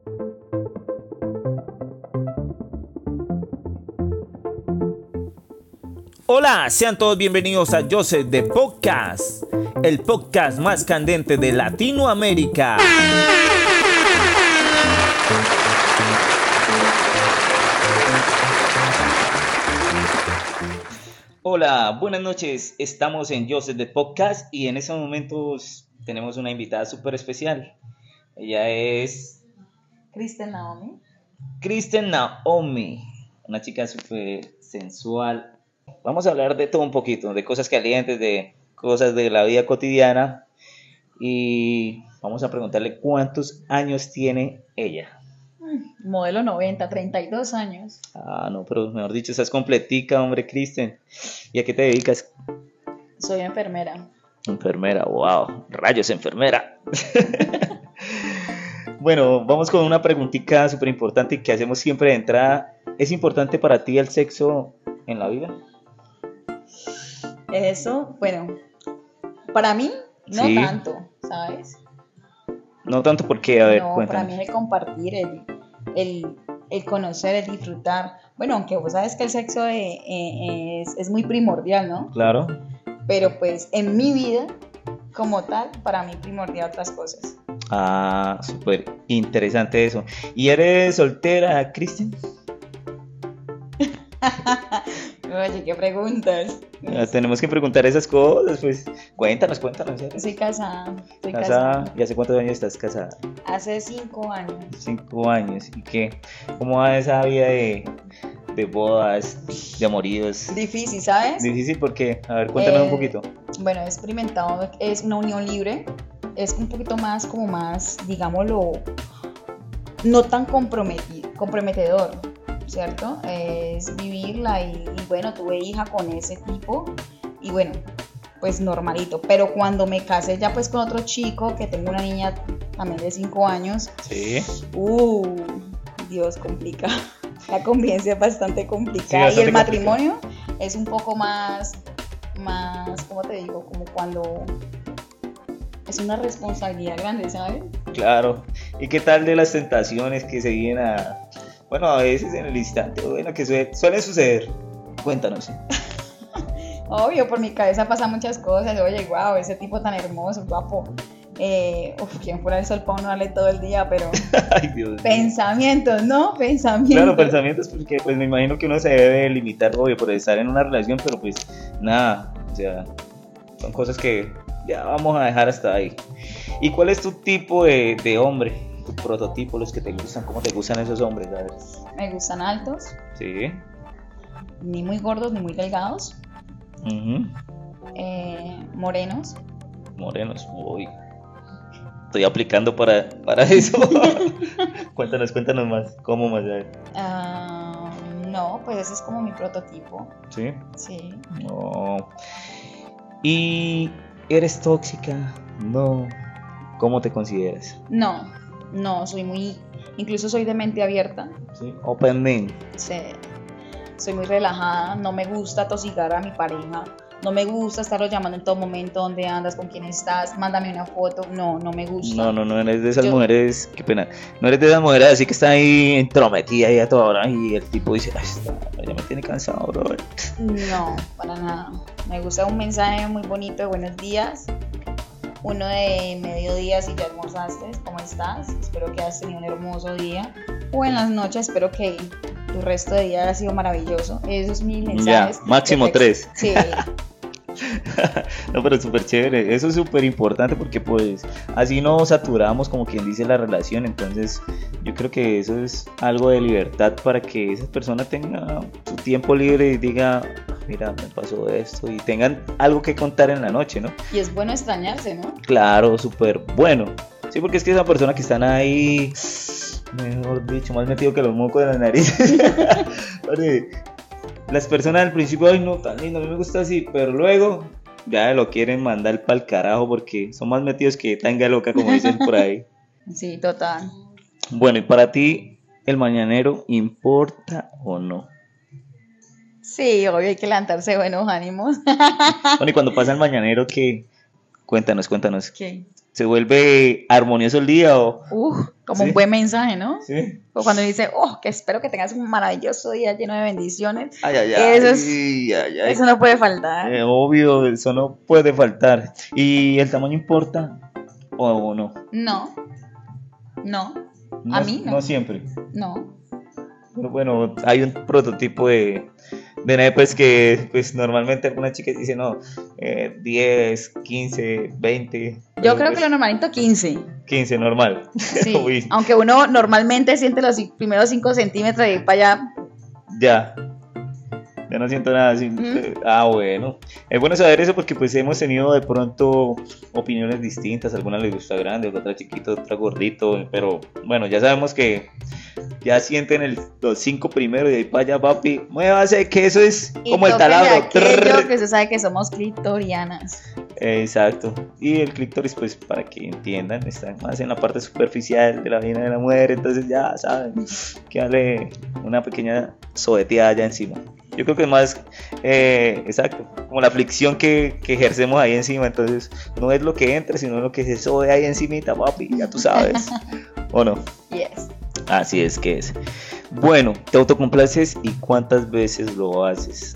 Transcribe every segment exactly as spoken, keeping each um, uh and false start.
Hola, sean todos bienvenidos a Joseph de Podcast, el podcast más candente de Latinoamérica. Hola, buenas noches, estamos en Joseph de Podcast y en estos momentos tenemos una invitada súper especial. Ella es... Kristen Naomi. Kristen Naomi, una chica súper sensual. Vamos a hablar de todo un poquito, de cosas calientes, de cosas de la vida cotidiana y vamos a preguntarle cuántos años tiene ella. Modelo noventa, treinta y dos años. Ah, no, pero mejor dicho, estás completica, hombre, Kristen. ¿Y a qué te dedicas? Soy enfermera. Enfermera, wow, rayos, enfermera. Bueno, vamos con una preguntita súper importante que hacemos siempre de entrada. ¿Es importante para ti el sexo en la vida? Eso, bueno, para mí no Sí. tanto, ¿sabes? No tanto porque, a ver, No, cuéntame. para mí es el compartir, el, el, el conocer, el disfrutar. Bueno, aunque vos sabes que el sexo eh, eh, es, es muy primordial, ¿no? Claro. Pero pues en mi vida, como tal, para mí primordial otras cosas. Ah, súper interesante eso. ¿Y eres soltera, Kristen? Oye, ¿qué preguntas? Ah, tenemos que preguntar esas cosas, pues. Cuéntanos, cuéntanos. ¿eh? Soy casada, estoy ¿Casada? casada. ¿Y hace cuántos años estás casada? Hace cinco años. Cinco años. ¿Y qué? ¿Cómo va esa vida de, de bodas, de amoríos? Difícil, ¿sabes? Difícil porque, a ver, cuéntanos Eh, un poquito. Bueno, he experimentado, es una unión libre, es un poquito más, como más, digámoslo, no tan comprometido, comprometedor, ¿cierto? Es vivirla y, y bueno, tuve hija con ese tipo y bueno, pues normalito, pero cuando me casé ya pues con otro chico, que tengo una niña también de cinco años, Sí. uh, Dios, complica, la convivencia es bastante complicada Sí, bastante y el complicado. matrimonio es un poco más, más, ¿cómo te digo? Como cuando es una responsabilidad grande, ¿sabes? Claro. ¿Y qué tal de las tentaciones que se vienen a... Bueno, a veces en el instante, bueno, que suele, suele suceder? Cuéntanos. Obvio, por mi cabeza pasan muchas cosas. Oye, wow, ese tipo tan hermoso, guapo. Eh, uf, quien fuera el sol para uno darle todo el día, pero Ay, Dios mío. pensamientos, ¿no? Pensamientos. Claro, pensamientos, porque pues me imagino que uno se debe limitar, obvio, por estar en una relación, pero pues nada, o sea, son cosas que ya vamos a dejar hasta ahí. ¿Y cuál es tu tipo de, de hombre, tu prototipo, los que te gustan, cómo te gustan esos hombres? A ver. Me gustan altos, Sí. ni muy gordos ni muy delgados, Ujú. eh, morenos. Morenos, uy. Estoy aplicando para, para eso. Cuéntanos, cuéntanos más, ¿cómo más? A ver. Ah, no, pues ese es como mi prototipo. ¿Sí? Sí. No. ¿Y eres tóxica? No. ¿Cómo te consideras? No, no, soy muy, incluso soy de mente abierta. ¿Sí? Open mind. Sí, soy muy relajada, no me gusta tosigar a mi pareja, no me gusta estarlo llamando en todo momento, dónde andas, con quién estás, mándame una foto, no, no me gusta. No, no, no eres de esas Yo- mujeres, qué pena, no eres de esas mujeres así que está ahí entrometida ahí a toda hora y el tipo dice, ay, esta, ya me tiene cansado, bro. No, para nada. Me gusta un mensaje muy bonito de buenos días, uno de mediodía si ya almorzaste, ¿cómo estás? Espero que hayas tenido un hermoso día. O en las noches, espero que tu resto de día haya sido maravilloso. Esos son mis mensajes. máximo de texto. tres. Sí. No, pero súper chévere, eso es súper importante porque pues así no saturamos como quien dice la relación, entonces yo creo que eso es algo de libertad para que esa persona tenga su tiempo libre y diga, mira, me pasó esto y tengan algo que contar en la noche, ¿no? Y es bueno extrañarse, ¿no? Claro, súper bueno, sí, porque es que esa persona que están ahí, mejor dicho, más metido que los mocos de la nariz. Oye, las personas al principio, ay no, tan lindo, a mí me gusta así, pero luego ya lo quieren mandar pa'l carajo porque son más metidos que tanga loca, como dicen por ahí. Sí, total. Bueno, y para ti, ¿el mañanero importa o no? Sí, obvio hay que levantarse de buenos ánimos. Bueno, y cuando pasa el mañanero, ¿qué? Cuéntanos, cuéntanos. ¿Qué? ¿Se vuelve armonioso el día o...? Uf, como ¿Sí? un buen mensaje, ¿no? Sí. O cuando dice, oh, que espero que tengas un maravilloso día lleno de bendiciones. Ay, ay, ay. Eso, es, ay, ay. eso no puede faltar. Eh, obvio, eso no puede faltar. ¿Y el tamaño importa o, o no? No, no, no? a mí no. No siempre. No. Pero bueno, hay un prototipo de, de nepes que pues normalmente algunas chicas dicen, no, eh, diez, quince, veinte. Yo creo pues, que lo normalito quince. quince, normal. Sí, Uy, aunque uno normalmente siente los ci- primeros cinco centímetros de ir para allá. ya. Ya no siento nada así. ¿Mm? Ah, bueno. Es bueno saber eso porque pues hemos tenido de pronto opiniones distintas. A algunas les gusta grande, a otra chiquito, otra gordito. Pero bueno, ya sabemos que ya sienten el, los cinco primeros y de ahí para allá, papi. Muévase, que eso es Y como el tóquenle taladro. aquello que usted sabe que somos clitorianas. Exacto. Y el clítoris, pues para que entiendan, está más en la parte superficial de la vagina de la mujer. Entonces ya saben que darle una pequeña sobeteada allá encima. Yo creo que es más, eh, exacto, como la aflicción que, que ejercemos ahí encima. Entonces no es lo que entra, sino lo que se sobe ahí encimita, papi. Ya tú sabes. ¿O no? Yes. Así es que es. Bueno, ¿te autocomplaces y cuántas veces lo haces?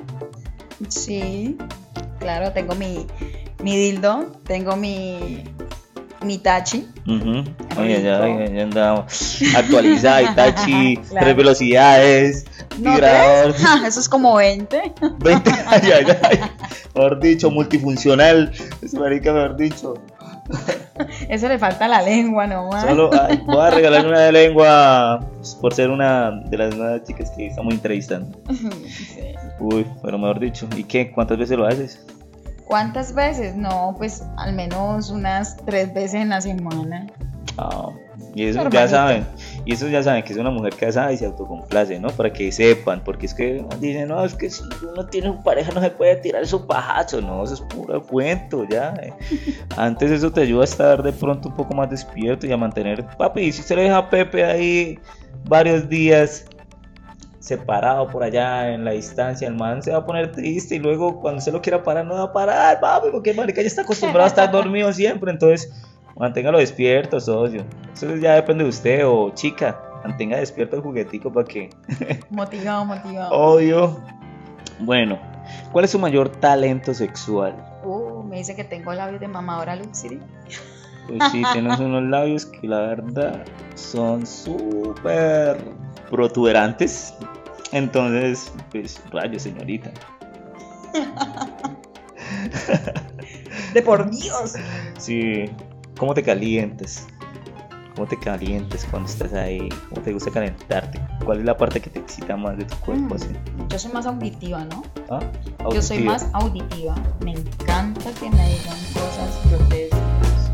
Sí, claro, tengo mi, mi dildo, tengo mi, mi tachi. Uh-huh. Oye, Rico. ya, ya, ya andamos actualizada, Itachi, Claro. tres velocidades, ¿No vibrador, crees? Ja, eso es como veinte. veinte, ay, ay, ay, mejor dicho, multifuncional, es marica, mejor dicho. Eso le falta la lengua nomás. Solo, ay, voy a regalar una de lengua pues, por ser una de las nuevas chicas que estamos entrevistando. Sí. Uy, pero mejor dicho, ¿y qué? ¿Cuántas veces lo haces? ¿Cuántas veces? No, pues al menos unas tres veces en la semana. Ah, y eso Normalito. ya saben, y eso ya saben que es una mujer casada y se autocomplace, ¿no? Para que sepan, porque es que dicen, no, es que si uno tiene su pareja no se puede tirar su pajazo, no, eso es puro cuento, ya. eh. Antes eso te ayuda a estar de pronto un poco más despierto y a mantener, papi, si usted le deja a Pepe ahí varios días separado por allá en la distancia, el man se va a poner triste y luego cuando se lo quiera parar no va a parar, papi, porque el marica ya está acostumbrado a estar dormido siempre, entonces manténgalo despierto, socio. Eso ya depende de usted o chica, mantenga despierto el juguetico para que... Motivado, motivado. Obvio. Bueno, ¿cuál es su mayor talento sexual? Uh, me dice que tengo labios de mamadora Luxury. Pues sí, tienes unos labios que la verdad son súper protuberantes. Entonces, pues, rayos, señorita. De por Dios. Sí, ¿cómo te calientas? ¿Cómo te calientas cuando estás ahí? ¿Cómo te gusta calentarte? ¿Cuál es la parte que te excita más de tu cuerpo? Así? Yo soy más auditiva, ¿no? ¿Ah? Yo soy Auditiva. más auditiva. Me encanta que me digan cosas grotescas.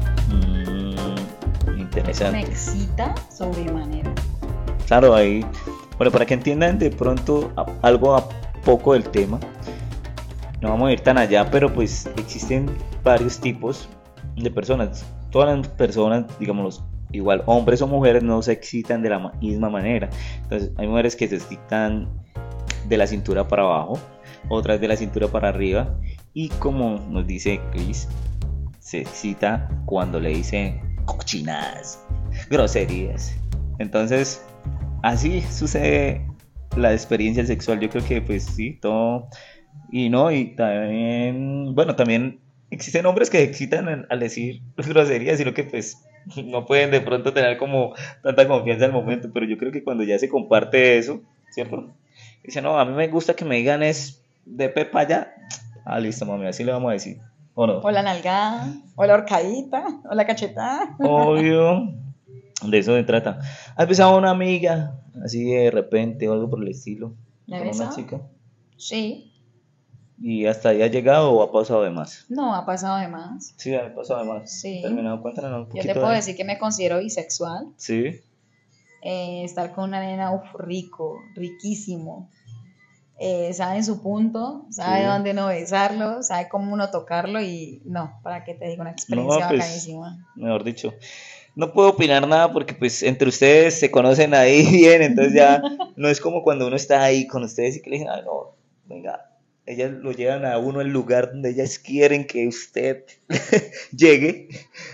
Mm, Me interesante. excita sobremanera. Claro, ahí. Bueno, para que entiendan de pronto a- algo a poco del tema, no vamos a ir tan allá, pero pues existen varios tipos de personas. Todas las personas, digamos, igual hombres o mujeres, no se excitan de la ma- misma manera. Entonces, hay mujeres que se excitan de la cintura para abajo, otras de la cintura para arriba, y como nos dice Chris, se excita cuando le dicen cochinadas, groserías. Entonces, así sucede la experiencia sexual. Yo creo que pues sí, todo. Y no, y también, bueno, también existen hombres que se excitan al, al decir groserías, sino que pues no pueden de pronto tener como tanta confianza al momento, pero yo creo que cuando ya se comparte eso, ¿cierto? Dice, no, a mí me gusta que me digan es de pepa allá. Ah, listo, mami, así le vamos a decir. ¿O no? O la nalgada, o la horcadita, o la cachetada. Obvio, de eso se trata. ¿Has besado a una amiga así de repente o algo por el estilo? ¿La he ¿Con una besado? chica? Sí. ¿Y hasta ahí ha llegado o ha pasado de más? No, ha pasado de más. Sí, ha pasado de más. Sí. Terminado, cuéntanos un Yo poquito. te puedo de- decir que me considero bisexual. Sí. Eh, estar con una nena, uf, rico, riquísimo. Eh, sabe en su punto, sabe Sí. dónde no besarlo, sabe cómo uno tocarlo y no, para que te diga una experiencia No, pues, bacanísima. Mejor dicho. No puedo opinar nada porque pues entre ustedes se conocen ahí bien, entonces ya no es como cuando uno está ahí con ustedes y que le dicen, ay no, venga, ellas lo llevan a uno al lugar donde ellas quieren que usted llegue.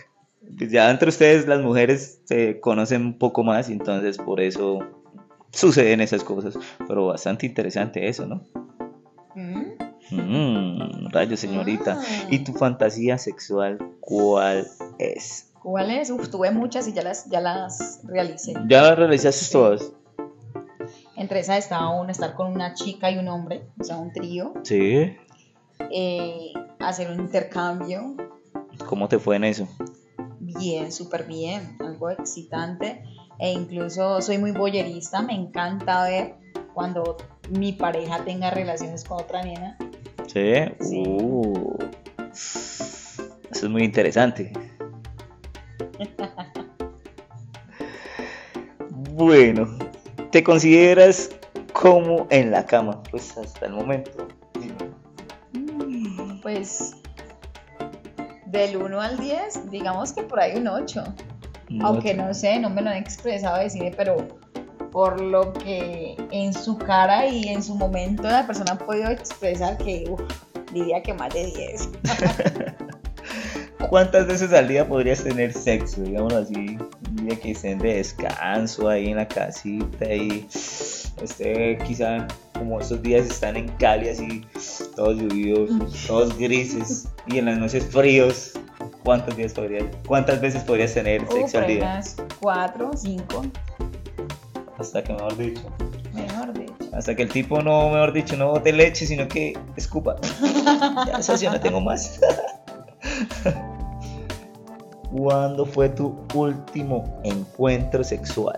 pues ya entre ustedes las mujeres se conocen un poco más y entonces por eso suceden esas cosas. Pero bastante interesante eso, ¿no? ¿Mm? Mmm, rayos, señorita. Ah. ¿Y tu fantasía sexual cuál es? ¿Cuál es? Uf, tuve muchas y ya las, ya las realicé. ¿Ya las realizaste Sí. todas? Entre esas estaba uno, estar con una chica y un hombre, o sea, un trío. Sí. Eh, hacer un intercambio. ¿Cómo te fue en eso? Bien, súper bien, algo excitante. E incluso soy muy boyerista, me encanta ver cuando mi pareja tenga relaciones con otra nena. Sí. Sí. Uh, eso es muy interesante. Bueno, ¿te consideras como en la cama? Pues hasta el momento. Mm, Pues del uno al diez, digamos que por ahí un ocho. No, Aunque no sé, no me lo han expresado decir, pero por lo que en su cara y en su momento la persona ha podido expresar que uf, diría que más de diez. ¿Cuántas veces al día podrías tener sexo? Digamos así, un día que estén de descanso ahí en la casita y este, quizá como estos días están en Cali así, todos lluviosos, todos grises y en las noches fríos. ¿Cuántos días podrías, cuántas veces podrías tener Uh, sexo por al día? unas cuatro, cinco, Hasta que, mejor dicho, mejor dicho. hasta que el tipo no, mejor dicho, no bote leche, sino que escupa. Ya, eso sí, no tengo más. ¿Cuándo fue tu último encuentro sexual?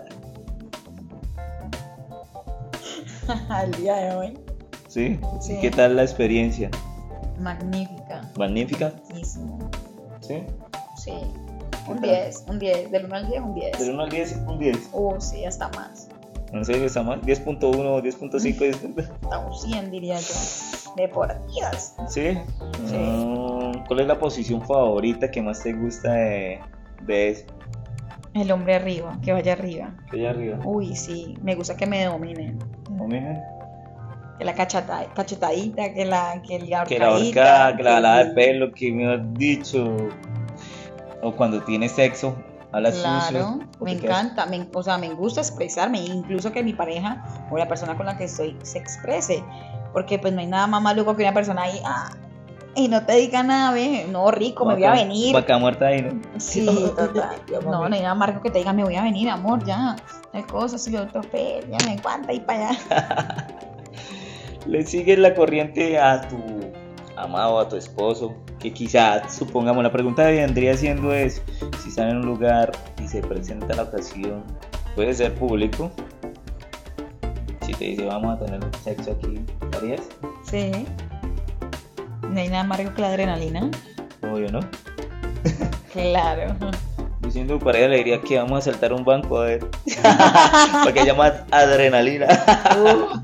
Al día de hoy, ¿Sí? Sí. ¿Qué tal la experiencia? magnífica. ¿Magnífica? Muchísimo. ¿Sí? Sí. Un diez, un diez. Del uno al diez, un diez. Del uno al diez, un diez. Uh, sí, hasta más. No sé, está mal. diez punto uno, diez punto cinco, diez. Hasta un cien, diría yo. De por Dios. ¿Sí? Sí. Mm, ¿Cuál es la posición favorita que más te gusta de, de eso? El hombre arriba, que vaya arriba. Que allá arriba. Uy, sí, me gusta que me dominen. ¿No, miren? Que la cachata, cachetadita, que la, que el Que la ahorcadita, horcada, que la jalada de sí. pelo, que me has dicho. O cuando tienes sexo, hablas Claro, sucio. o me te quedas- encanta, me, o sea, me gusta expresarme, incluso que mi pareja o la persona con la que estoy se exprese, porque pues no hay nada más maluco que una persona ahí ah, y no te diga nada, ve, no, rico, me voy a Vaca- venir. Vaca muerta ahí, ¿no? Sí, total. Ya, No, mami. no hay nada más rico que te diga, me voy a venir, amor, ya, hay cosas, si yo tope, ya me aguanta y para allá. Le sigues la corriente a tu amado, a tu esposo, que quizá, supongamos, la pregunta vendría siendo es, si están en un lugar y se presenta la ocasión, puede ser público, si te dice vamos a tener sexo aquí, ¿lo harías? Sí, no hay nada más rico que la adrenalina. Obvio, ¿no? Claro. Diciendo a tu pareja le diría que vamos a saltar un banco a ver, para que haya más adrenalina. Uh,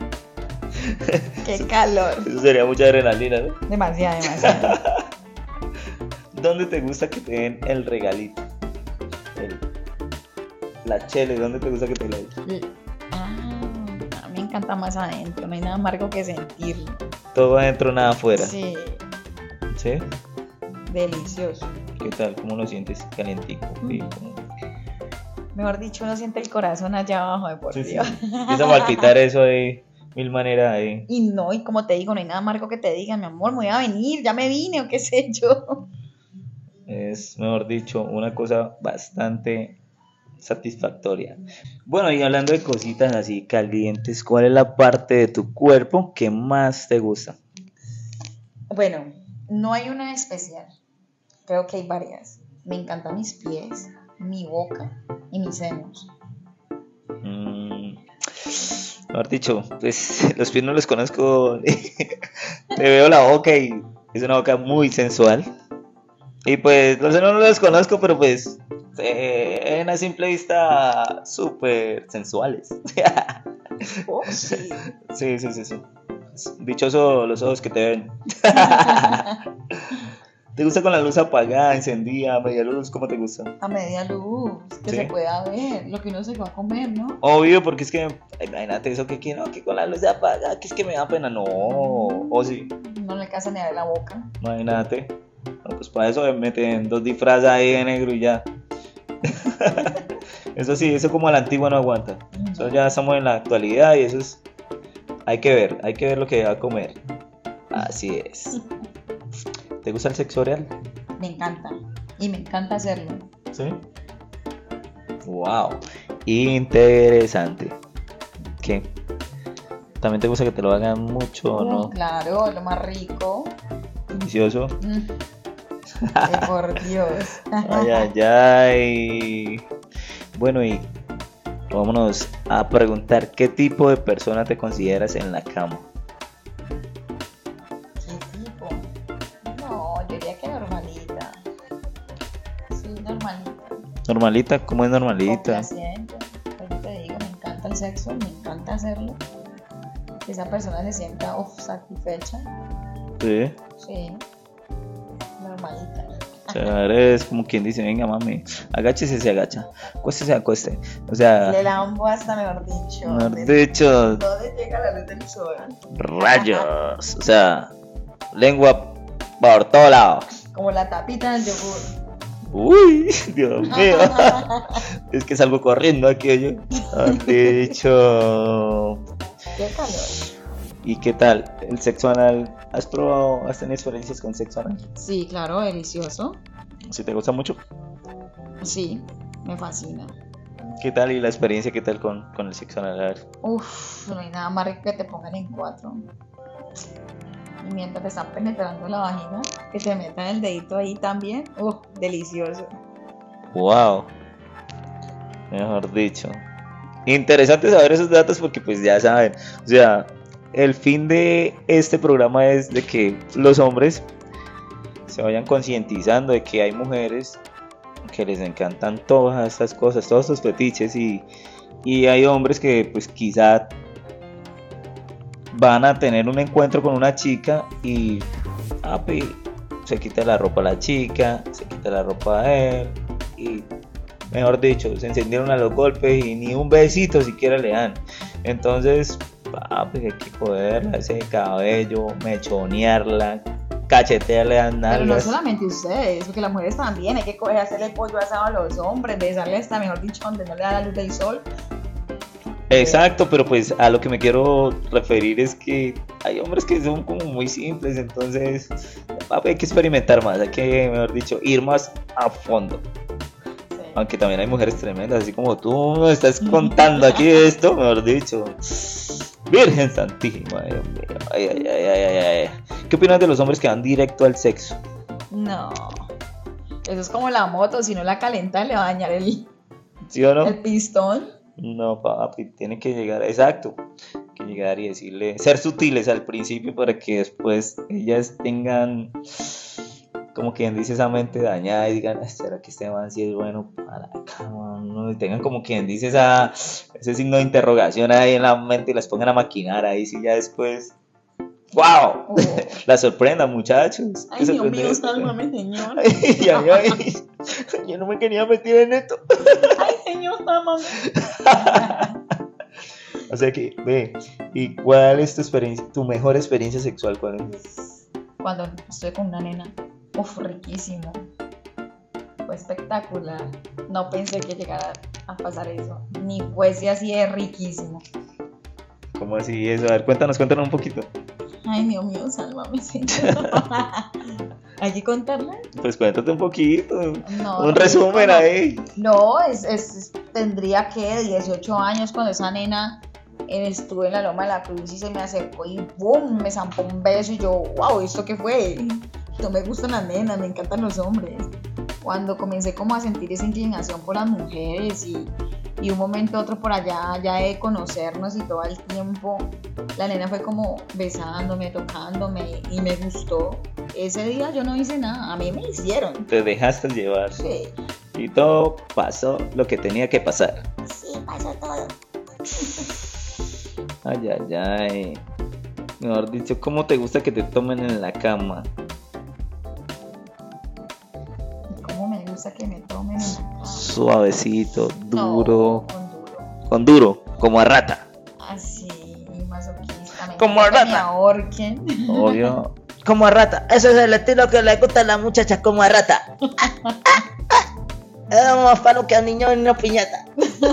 qué calor. Eso sería mucha adrenalina, ¿no? Demasiado, demasiado. ¿Dónde te gusta que te den el regalito? El- la chele, ¿dónde te gusta que te la den? Ah, a mí me encanta más adentro, no hay nada más rico que sentirlo. Todo adentro, nada afuera. Sí, ¿Sí? delicioso. ¿Qué tal? ¿Cómo lo sientes? Calientico, frío. ¿Cómo? Mejor dicho, uno siente el corazón allá abajo de por Sí, sí. Dios. Empieza a palpitar eso de mil maneras ahí. Y no, y como te digo, no hay nada más rico que te digan, mi amor, me voy a venir, ya me vine o qué sé yo. Es, mejor dicho, una cosa bastante satisfactoria. Bueno, y hablando de cositas así calientes, ¿cuál es la parte de tu cuerpo que más te gusta? Bueno, no hay una especial, creo que hay varias. Me encantan mis pies, mi boca y mis senos. Mm, mejor dicho, pues los pies no los conozco. Te veo la boca y es una boca muy sensual. Y pues los senos no los conozco, pero pues eh, en a simple vista súper sensuales. Oh, sí. Sí, sí, sí, sí. Dichoso los ojos que te ven. ¿Te gusta con la luz apagada, encendida, a media luz? ¿Cómo te gusta? A media luz, que Sí. se pueda ver lo que uno se va a comer, ¿no? Obvio, porque es que, imagínate eso que, que no, que con la luz apagada, que es que me da pena. No, o sí, No le alcanza ni a ver la boca. imagínate. Bueno, pues para eso me meten dos disfraces ahí de negro y ya. Eso sí, eso como a la antigua no aguanta. Eso ya estamos en la actualidad y eso es... Hay que ver, hay que ver lo que va a comer. Así es. ¿Te gusta el sexo oral? Me encanta. Y me encanta hacerlo. Sí. Wow. Interesante. ¿Qué? ¿También te gusta que te lo hagan mucho o Uh, no? Claro, lo más rico. Delicioso. Mm. Ay, por Dios. Ay, ay, ay. Bueno, y vámonos a preguntar qué tipo de persona te consideras en la cama. ¿Qué tipo? No, yo diría que normalita. Sí, normalita. Normalita, ¿cómo es normalita? Complaciente. Pues yo te digo, me encanta el sexo, me encanta hacerlo. Que esa persona se sienta uf, satisfecha. Sí. Sí. Normalita. O sea, eres como quien dice, venga mami, agáchese, se agacha, acuéstese, se acueste. O sea, Le lambo hasta, mejor dicho. mejor ¿Dónde- dicho, ¿Dónde llega la luz del sol? rayos. O sea, lengua por todos lados. Como la tapita del yogur. Uy, Dios mío. Es que salgo corriendo aquí, yo. Mejor dicho. Qué calor. ¿Y qué tal? ¿El sexo anal? ¿Has probado, has tenido experiencias con sexo anal? Sí, claro, delicioso. ¿Si te gusta mucho? Sí, me fascina. ¿Qué tal? ¿Y la experiencia qué tal con, con el sexo anal? A ver. Uf, no hay nada más rico que te pongan en cuatro. Y mientras te están penetrando la vagina, que te metan el dedito ahí también. Uf, delicioso. Wow. Mejor dicho. Interesante saber esos datos porque pues ya saben. O sea, el fin de este programa es de que los hombres se vayan concientizando de que hay mujeres que les encantan todas estas cosas, todos estos fetiches y, y hay hombres que pues quizá van a tener un encuentro con una chica y api, se quita la ropa a la chica, se quita la ropa a él y mejor dicho, se encendieron a los golpes y ni un besito siquiera le dan. Entonces, papi, hay que joderla, ese cabello, mechonearla, cachetearle a Pero no nalgas. solamente ustedes, porque las mujeres también. Hay que coger, hacerle pollo asado a los hombres, besarle hasta, mejor dicho, donde no le da la luz del sol. Exacto, pero pues a lo que me quiero referir es que hay hombres que son como muy simples, entonces papi, hay que experimentar más, hay que, mejor dicho, ir más a fondo. Sí. Aunque también hay mujeres tremendas, así como tú me estás contando aquí esto, mejor dicho. Virgen Santísima, Dios mío. Ay, ay, ay, ay, ay, ay. ¿Qué opinas de los hombres que van directo al sexo? No. Eso es como la moto, si no la calentan le va a dañar el, ¿Sí o no? el pistón. No, papi, tiene que llegar, exacto, que llegar y decirle, ser sutiles al principio para que después ellas tengan, como quien dice, esa mente dañada y digan, "Ay, ¿será que este man sí es bueno para la cama?" ¿No? Y tengan como quien dice esa, ese signo de interrogación ahí en la mente y las pongan a maquinar ahí, sí, ya después, ¡wow! Oh. La sorprenda, muchachos. Ay, ¿Qué Dios sorprende mío, esto? sálvame, señor. Ay, ay, ay. Yo no me quería meter en esto. Ay, señor, sálvame. O sea que, ve, ¿y cuál es tu experiencia, tu mejor experiencia sexual? ¿Cuál es? Cuando estoy con una nena, uf, riquísimo. Fue espectacular. No pensé que llegara a pasar eso. Ni fuese así de riquísimo. ¿Cómo así eso? A ver, cuéntanos, cuéntanos un poquito. Ay, Dios mío, sálvame, señor. ¿Hay que contarla? Pues cuéntate un poquito. No, un no, resumen no. ahí. No, es, es, tendría que dieciocho años cuando esa nena eh, estuve en la Loma de la Cruz y se me acercó y ¡boom! Me zampó un beso y yo, wow, ¿esto qué fue? No me gustan las nenas, me encantan los hombres. Cuando comencé como a sentir esa inclinación por las mujeres y, y un momento otro por allá, ya de conocernos y todo el tiempo, la nena fue como besándome, tocándome y me gustó. Ese día yo no hice nada, a mí me hicieron. Te dejaste llevar. Sí, Y todo pasó lo que tenía que pasar. sí, pasó todo. Ay, ay, ay. Mejor dicho, ¿cómo te gusta que te tomen en la cama? ¿Cómo me gusta que me tomen en la cama? Suavecito, duro. No, con duro. Con duro, como a rata. Así, masoquista. Me Como encanta que rata. me ahorquen. Obvio. como a rata. Eso es el estilo que le gusta a la muchacha, como a rata. Es más palo que a niño en una piñata.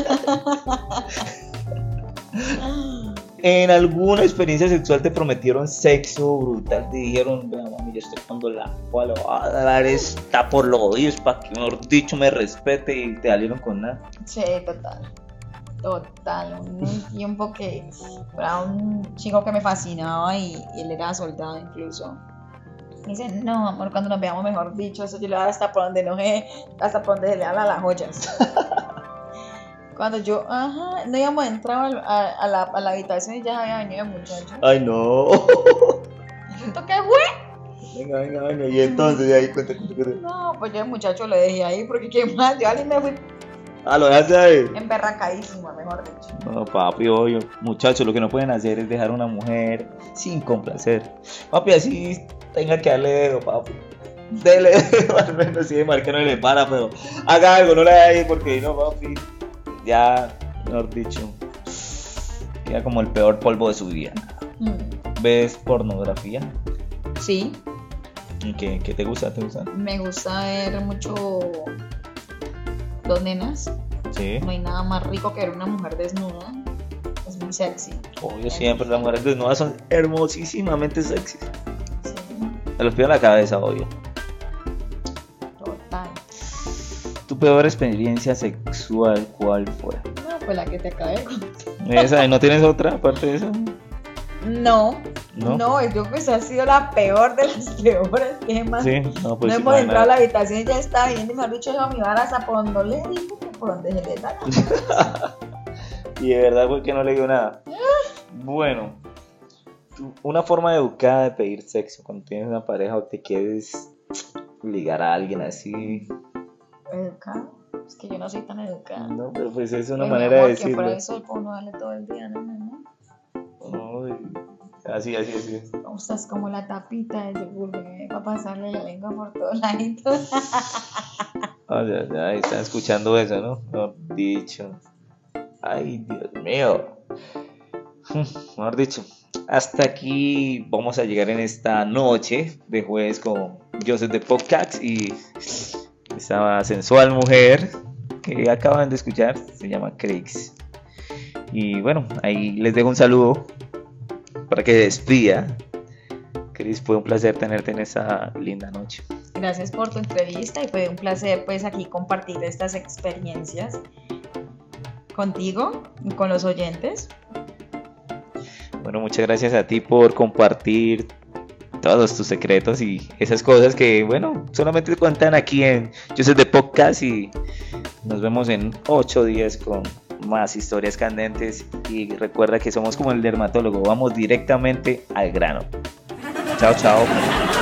¿En alguna experiencia sexual te prometieron sexo brutal? Te dijeron, vea mami, yo estoy cuando la cual le voy a dar esta por los oídos para que, mejor dicho, me respete, y te salieron con nada? Sí, total. Total. Un tiempo que era un chico que me fascinaba y, y él era soldado incluso. Me dice, no, amor, cuando nos veamos, mejor dicho, eso yo le voy a dar hasta por donde no se, hasta por donde se le habla las joyas. Cuando yo, ajá, no íbamos a entrar a, a, a, la, a la habitación y ya había venido el muchacho. Ay, no. ¿Esto qué fue? Venga, venga, venga. Y entonces, de ahí, cuenta, cuenta, cuenta. No, pues yo el muchacho lo dejé ahí porque qué más, yo ahí me fui Ah, lo dejaste ahí. emberracadísima, mejor dicho. No, papi, obvio. Muchachos, lo que no pueden hacer es dejar a una mujer sin complacer. Papi, así tenga que darle dedo, papi. Dele dedo, al menos si de mal que no le para, pero haga algo, no le haga ahí porque no, papi. Ya, mejor dicho, queda como el peor polvo de su vida. Mm. ¿Ves pornografía? Sí, ¿Y qué, qué te gusta? ¿Te gusta? me gusta ver mucho dos nenas. Sí. No hay nada más rico que ver una mujer desnuda. Es muy sexy. Obvio, siempre las mujeres desnudas son hermosísimamente sexy. Sí, Me los pido en la cabeza, obvio. total. ¿Tu peor experiencia sexual cuál fue? No, pues la que te acabé de contar. ¿Esa? ¿No tienes otra aparte de eso? No, ¿No? no, yo creo que esa ha sido la peor de las peores temas. Sí, no, pues no hemos entrado a la imagínate. habitación y ya está viendo y me ha dicho yo mi vara hasta por donde le digo que por donde se le da. Y de verdad fue que no le dio nada. Bueno, tú- una forma educada de pedir sexo cuando tienes una pareja o te quieres ligar a alguien así. ¿Educado? Es que yo no soy tan educada. No, pero pues es una Ay, mi manera amor, de que por decirlo. eso puedo no darle todo el día, no, no, no. No, y- así, así, así. ¿Cómo estás? Como la tapita de yogur, bebé, para pasarle la lengua por todos lados. Ay, ay, ay, están escuchando eso, ¿no? Mejor dicho. Ay, Dios mío. Mejor dicho, hasta aquí vamos a llegar en esta noche de jueves con Joseph de Podcast y esa sensual mujer que acaban de escuchar, se llama Crix. Y bueno, ahí les dejo un saludo para que despida. Cris, fue un placer tenerte en esta linda noche. Gracias por tu entrevista y fue un placer pues aquí compartir estas experiencias contigo y con los oyentes. Bueno, muchas gracias a ti por compartir todos tus secretos y esas cosas que, bueno, solamente cuentan aquí en Yo Soy de Podcast y nos vemos en ocho días con más historias candentes y recuerda que somos como el dermatólogo, vamos directamente al grano. Chao, chao.